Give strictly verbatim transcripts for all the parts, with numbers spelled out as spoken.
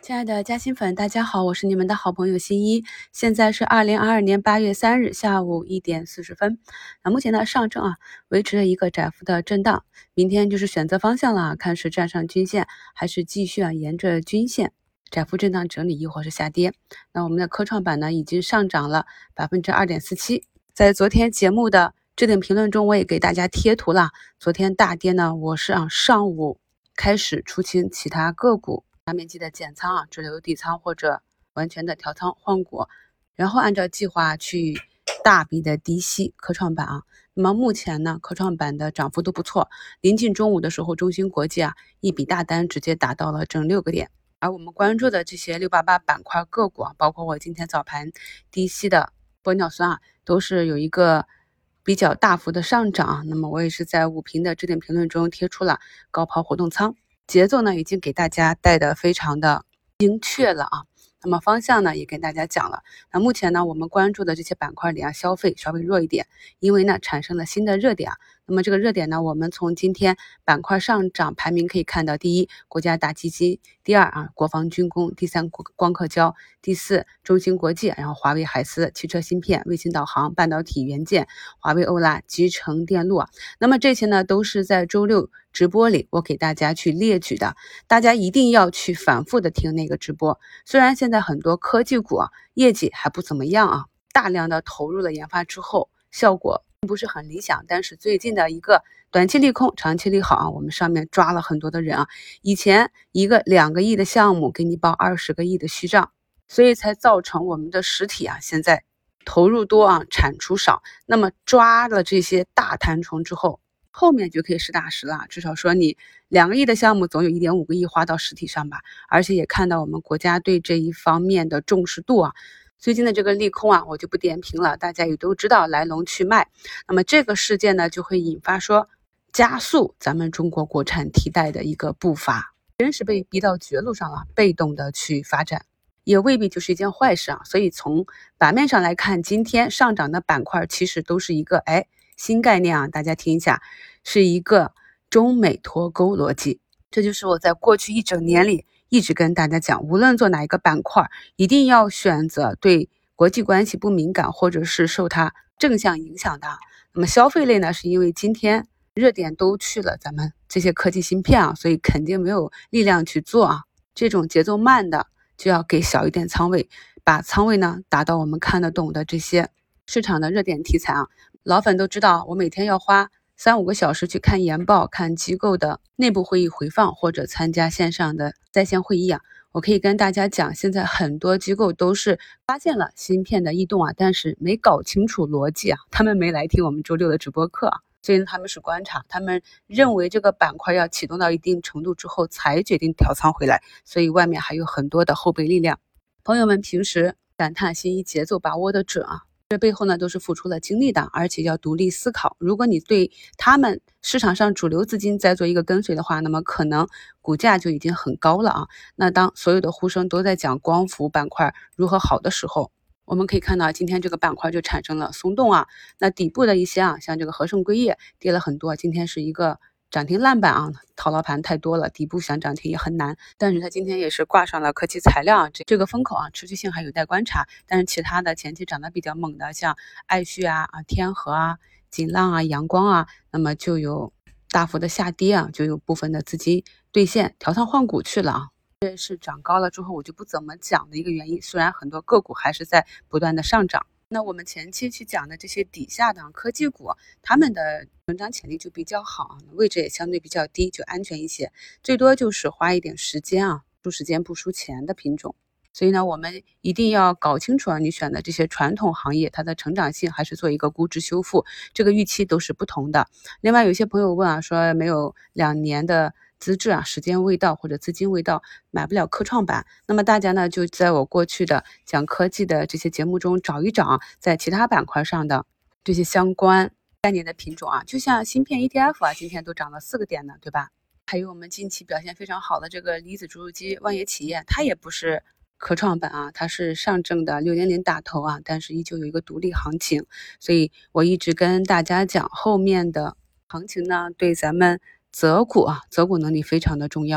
亲爱的嘉兴粉，大家好，我是你们的好朋友新一。现在是二零二二年八月三日下午一点四十分。那目前呢，上证啊维持了一个窄幅的震荡，明天就是选择方向了，看是站上均线，还是继续啊沿着均线窄幅震荡整理，亦或是下跌。那我们的科创板呢已经上涨了百分之二点四七。在昨天节目的置顶评论中，我也给大家贴图了。昨天大跌呢，我是啊上午开始出清其他个股。大面积的减仓啊，只留底仓或者完全的调仓换股，然后按照计划去大笔的低吸科创板啊。那么目前呢，科创板的涨幅都不错。临近中午的时候，中芯国际啊一笔大单直接达到了整六个点。而我们关注的这些六八八板块个股啊，包括我今天早盘低吸的玻尿酸啊，都是有一个比较大幅的上涨。那么我也是在午评的置顶评论中贴出了高抛活动仓。节奏呢已经给大家带的非常的精确了啊，那么方向呢也跟大家讲了。那目前呢我们关注的这些板块里啊，消费稍微弱一点，因为呢产生了新的热点啊。那么这个热点呢，我们从今天板块上涨排名可以看到，第一国家大基金，第二啊国防军工，第三光刻胶，第四中芯国际，然后华为海思、汽车芯片、卫星导航、半导体元件、华为欧拉、集成电路啊。那么这些呢都是在周六直播里我给大家去列举的，大家一定要去反复的听那个直播。虽然现在很多科技股啊业绩还不怎么样啊，大量的投入了研发之后，效果并不是很理想，但是最近的一个短期利空，长期利好啊，我们上面抓了很多的人啊，以前一个两个亿的项目给你报二十个亿的虚账，所以才造成我们的实体啊现在投入多啊，产出少。那么抓了这些大弹虫之后，后面就可以实打实了，至少说你两个亿的项目总有一点五个亿花到实体上吧，而且也看到我们国家对这一方面的重视度啊。最近的这个利空啊，我就不点评了，大家也都知道来龙去脉。那么这个事件呢，就会引发说加速咱们中国国产替代的一个步伐，真是被逼到绝路上了，被动的去发展，也未必就是一件坏事啊。所以从版面上来看，今天上涨的板块其实都是一个哎新概念啊，大家听一下，是一个中美脱钩逻辑。这就是我在过去一整年里一直跟大家讲，无论做哪一个板块，一定要选择对国际关系不敏感或者是受它正向影响的。那么消费类呢，是因为今天热点都去了咱们这些科技芯片啊，所以肯定没有力量去做啊。这种节奏慢的就要给小一点仓位，把仓位呢达到我们看得懂的这些市场的热点题材啊。老粉都知道，我每天要花三五个小时去看研报，看机构的内部会议回放，或者参加线上的在线会议啊。我可以跟大家讲，现在很多机构都是发现了芯片的异动啊，但是没搞清楚逻辑啊，他们没来听我们周六的直播课啊，所以他们是观察，他们认为这个板块要启动到一定程度之后才决定调仓回来，所以外面还有很多的后备力量。朋友们平时感叹新一节奏把握的准啊，这背后呢都是付出了精力的，而且要独立思考。如果你对他们市场上主流资金在做一个跟随的话，那么可能股价就已经很高了啊。那当所有的呼声都在讲光伏板块如何好的时候，我们可以看到今天这个板块就产生了松动啊。那底部的一些啊，像这个和盛硅业跌了很多，今天是一个涨停烂板啊，套牢盘太多了，底部想涨停也很难。但是它今天也是挂上了科技材料，这这个风口啊，持续性还有待观察。但是其他的前期涨得比较猛的，像爱旭啊、啊天合啊、锦浪啊、阳光啊，那么就有大幅的下跌啊，就有部分的资金兑现调仓换股去了啊。这是涨高了之后我就不怎么讲的一个原因，虽然很多个股还是在不断的上涨。那我们前期去讲的这些底下的科技股，他们的成长潜力就比较好，位置也相对比较低，就安全一些，最多就是花一点时间啊，输时间不输钱的品种。所以呢，我们一定要搞清楚啊，你选的这些传统行业，它的成长性还是做一个估值修复，这个预期都是不同的。另外有些朋友问啊，说没有两年的资质啊，时间未到或者资金未到，买不了科创板。那么大家呢，就在我过去的讲科技的这些节目中找一找啊，在其他板块上的这些相关概念的品种啊，就像芯片 E T F 啊，今天都涨了四个点呢，对吧？还有我们近期表现非常好的这个离子注入机万业企业，它也不是科创板啊，它是上证的六零零打头啊，但是依旧有一个独立行情。所以我一直跟大家讲，后面的行情呢，对咱们择股啊，择股能力非常的重要。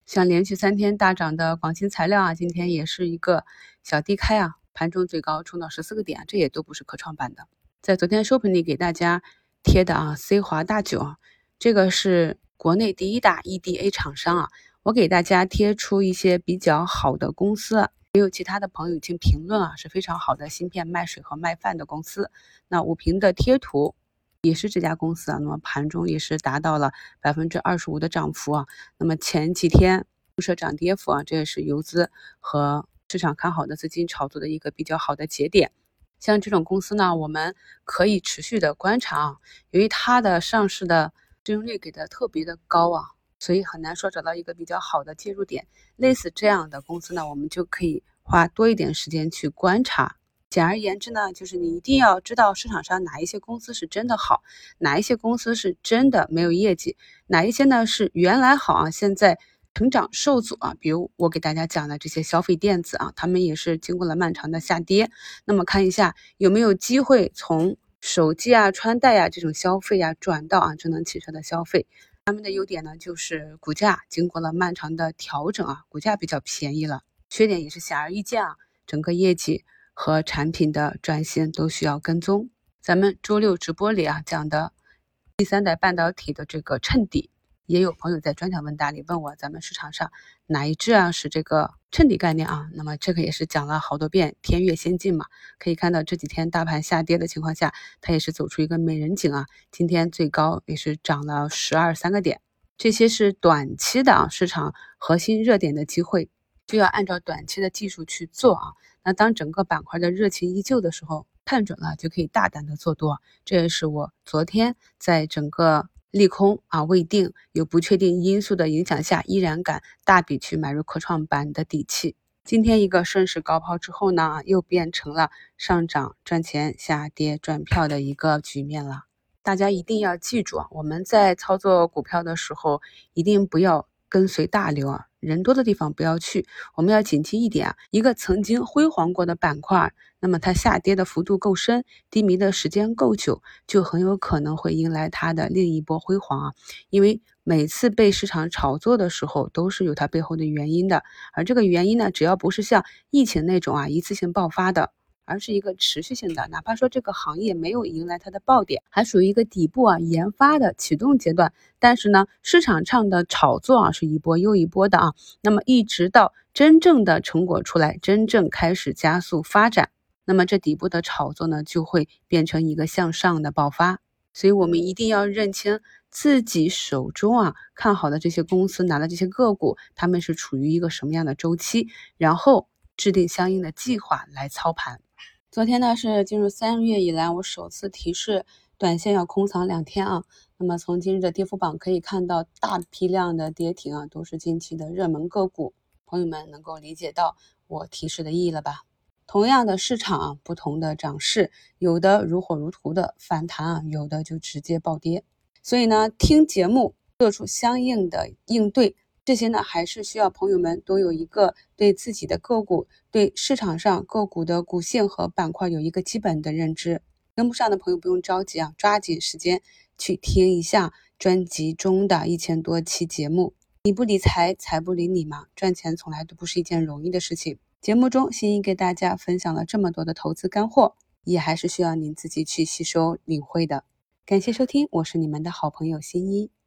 像连续三天大涨的广鑫材料啊，今天也是一个小低开啊，盘中最高冲到十四个点，这也都不是可创板的。在昨天收盘里给大家贴的啊 ，C 华大酒啊，这个是国内第一大 E D A 厂商啊，我给大家贴出一些比较好的公司。也有其他的朋友已经评论啊，是非常好的芯片卖水和卖饭的公司。那五评的贴图也是这家公司啊，那么盘中也是达到了百分之二十五的涨幅啊。那么前几天不设涨跌幅啊，这也是游资和市场看好的资金炒作的一个比较好的节点。像这种公司呢，我们可以持续的观察啊，由于它的上市的市盈率给的特别的高啊，所以很难说找到一个比较好的介入点。类似这样的公司呢，我们就可以花多一点时间去观察。简而言之呢，就是你一定要知道市场上哪一些公司是真的好，哪一些公司是真的没有业绩，哪一些呢是原来好啊，现在成长受阻啊。比如我给大家讲的这些消费电子啊，他们也是经过了漫长的下跌。那么看一下有没有机会从手机啊、穿戴啊这种消费啊转到啊智能汽车的消费。他们的优点呢，就是股价经过了漫长的调整啊，股价比较便宜了。缺点也是显而易见啊，整个业绩和产品的转型都需要跟踪。咱们周六直播里啊讲的第三代半导体的这个衬底，也有朋友在专享问答里问我，咱们市场上哪一只啊是这个衬底概念啊？那么这个也是讲了好多遍，天越先进嘛。可以看到这几天大盘下跌的情况下，它也是走出一个美人颈啊。今天最高也是涨了十二三个点，这些是短期的啊市场核心热点的机会，就要按照短期的技术去做啊。那当整个板块的热情依旧的时候，看准了就可以大胆的做多。这也是我昨天在整个利空啊未定、有不确定因素的影响下，依然敢大笔去买入科创板的底气。今天一个顺势高抛之后呢，又变成了上涨赚钱、下跌赚票的一个局面了。大家一定要记住啊，我们在操作股票的时候，一定不要跟随大流啊，人多的地方不要去。我们要谨记一点啊，一个曾经辉煌过的板块，那么它下跌的幅度够深，低迷的时间够久，就很有可能会迎来它的另一波辉煌啊。因为每次被市场炒作的时候，都是有它背后的原因的，而这个原因呢，只要不是像疫情那种啊一次性爆发的，而是一个持续性的，哪怕说这个行业没有迎来它的爆点，还属于一个底部啊研发的启动阶段，但是呢，市场上的炒作啊是一波又一波的啊，那么一直到真正的成果出来，真正开始加速发展，那么这底部的炒作呢就会变成一个向上的爆发。所以我们一定要认清自己手中啊看好的这些公司，拿的这些个股，他们是处于一个什么样的周期，然后制定相应的计划来操盘。昨天呢是进入三月以来我首次提示短线要空仓两天啊。那么从今日的跌幅榜可以看到，大批量的跌停啊都是近期的热门个股，朋友们能够理解到我提示的意义了吧？同样的市场啊，不同的涨势，有的如火如荼的反弹啊，有的就直接暴跌。所以呢，听节目做出相应的应对，这些呢还是需要朋友们都有一个对自己的个股、对市场上个股的股性和板块有一个基本的认知。跟不上的朋友不用着急啊，抓紧时间去听一下专辑中的一千多期节目。你不理财，财不理你嘛，赚钱从来都不是一件容易的事情。节目中欣怡给大家分享了这么多的投资干货，也还是需要您自己去吸收领会的。感谢收听，我是你们的好朋友欣怡。